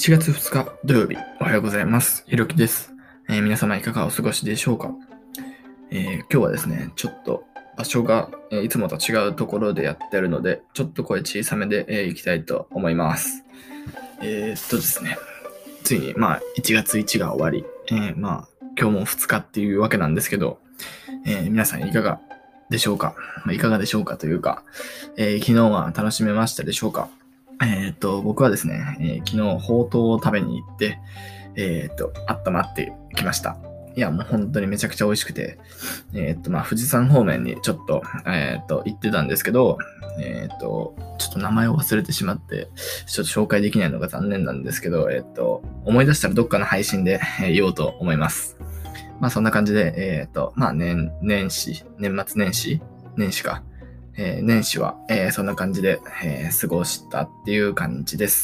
1月2日土曜日、おはようございます。ひろきです。皆様いかがお過ごしでしょうか。今日はですね、ちょっと場所が、いつもと違うところでやってるので、ちょっと声小さめで、いきたいと思います。ですね、ついに1月1が終わり、今日も2日っていうわけなんですけど、皆さんいかがでしょうか。いかがでしょうかというか、昨日は楽しめましたでしょうか。僕はですね、昨日ほうとうを食べに行って、温まってきました。いや、もう本当にめちゃくちゃ美味しくて、富士山方面にちょっと、行ってたんですけど、ちょっと名前を忘れてしまって、ちょっと紹介できないのが残念なんですけど、思い出したらどっかの配信で、言おうと思います。そんな感じで、年末年始か。年始は、そんな感じで、過ごしたっていう感じです。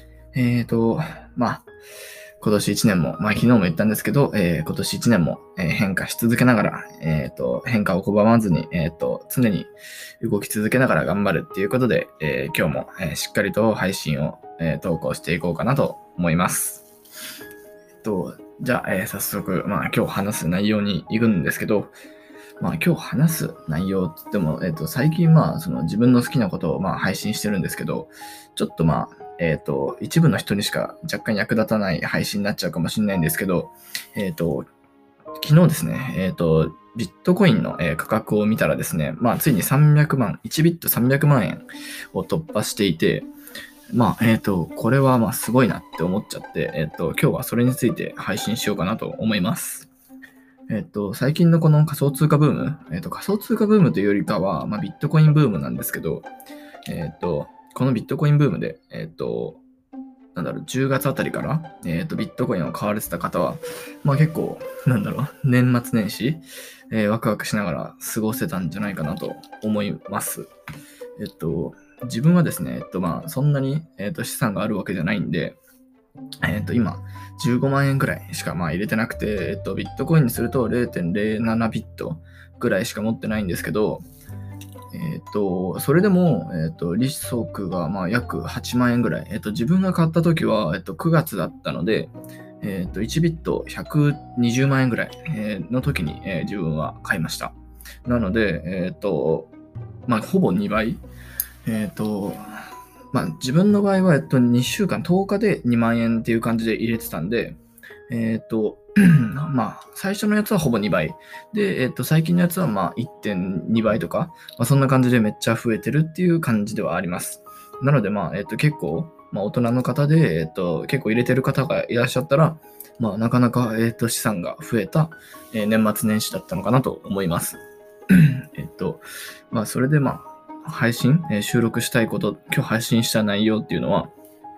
今年1年も、昨日も言ったんですけど、今年1年も、変化し続けながら、変化を拒まずに、常に動き続けながら頑張るっていうことで、今日も、しっかりと配信を、投稿していこうかなと思います。じゃあ、早速、今日話す内容に行くんですけど、今日話す内容って言っても、最近その自分の好きなことを配信してるんですけど、ちょっと一部の人にしか若干役立たない配信になっちゃうかもしれないんですけど、昨日ですね、ビットコインの価格を見たらですね、ついに300万、1ビット300万円を突破していて、これはすごいなって思っちゃって、今日はそれについて配信しようかなと思います。最近のこの仮想通貨ブーム、仮想通貨ブームというよりかは、ビットコインブームなんですけど、このビットコインブームで、10月あたりから、ビットコインを買われてた方は、結構、年末年始、ワクワクしながら過ごせたんじゃないかなと思います。自分はですね、そんなに、資産があるわけじゃないんで、今、15万円くらいしか入れてなくて、ビットコインにすると 0.07 ビットぐらいしか持ってないんですけど、それでも、利息が約8万円ぐらい。自分が買った時は、9月だったので、1ビット120万円ぐらい、の時に、自分は買いました。なので、ほぼ2倍。自分の場合は、2週間、10日で2万円っていう感じで入れてたんで、最初のやつはほぼ2倍。で、最近のやつは1.2 倍とか、そんな感じでめっちゃ増えてるっていう感じではあります。なので、結構、大人の方で、結構入れてる方がいらっしゃったら、なかなか、資産が増えた、年末年始だったのかなと思います。それで配信、収録したいこと、今日配信した内容っていうのは、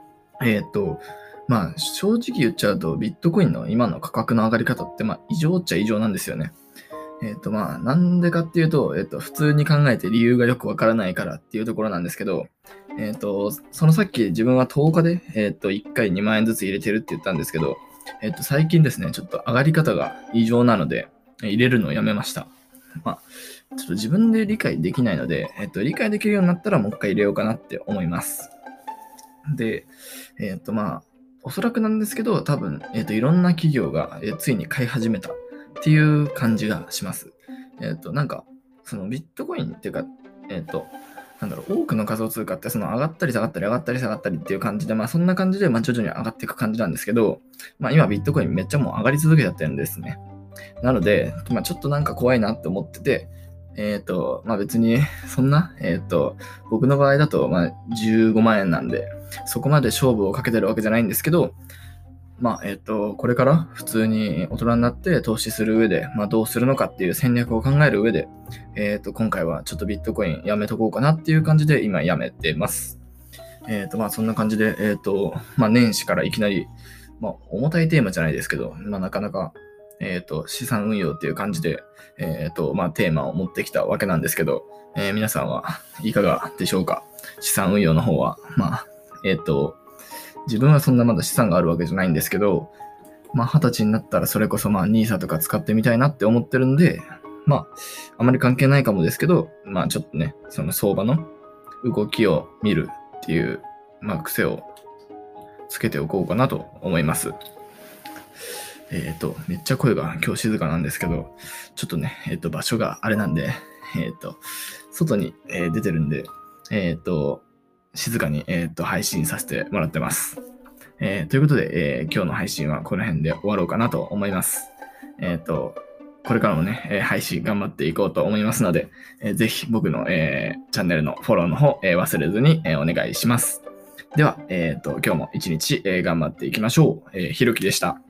正直言っちゃうと、ビットコインの今の価格の上がり方って、異常っちゃ異常なんですよね。なんでかっていうと、普通に考えて理由がよくわからないからっていうところなんですけど、そのさっき自分は10日で、1回2万円ずつ入れてるって言ったんですけど、最近ですね、ちょっと上がり方が異常なので、入れるのをやめました。ちょっと自分で理解できないので、理解できるようになったらもう一回入れようかなって思います。で、おそらくなんですけど、多分、いろんな企業が、ついに買い始めたっていう感じがします。そのビットコインっていうか、多くの仮想通貨ってその上がったり下がったり上がったり下がったりっていう感じで、そんな感じで徐々に上がっていく感じなんですけど、今ビットコインめっちゃもう上がり続けちゃってるんですね。なので、ちょっと怖いなって思ってて、別に、そんな、僕の場合だと、15万円なんで、そこまで勝負をかけてるわけじゃないんですけど、これから普通に大人になって投資する上で、どうするのかっていう戦略を考える上で、今回はちょっとビットコインやめとこうかなっていう感じで今やめてます。そんな感じで、年始からいきなり、重たいテーマじゃないですけど、なかなか、資産運用っていう感じで、テーマを持ってきたわけなんですけど、皆さんはいかがでしょうか。資産運用の方は、自分はそんなまだ資産があるわけじゃないんですけど、20歳になったらそれこそNISA とか使ってみたいなって思ってるんで、あまり関係ないかもですけど、ちょっとね、その相場の動きを見るっていう、癖をつけておこうかなと思います。めっちゃ声が今日静かなんですけど、ちょっとね、場所があれなんで、外に、出てるんで、静かに、配信させてもらってます。ということで、今日の配信はこの辺で終わろうかなと思います。これからもね、配信頑張っていこうと思いますので、ぜひ僕の、チャンネルのフォローの方、忘れずに、お願いします。では、今日も一日、頑張っていきましょう。ひろきでした。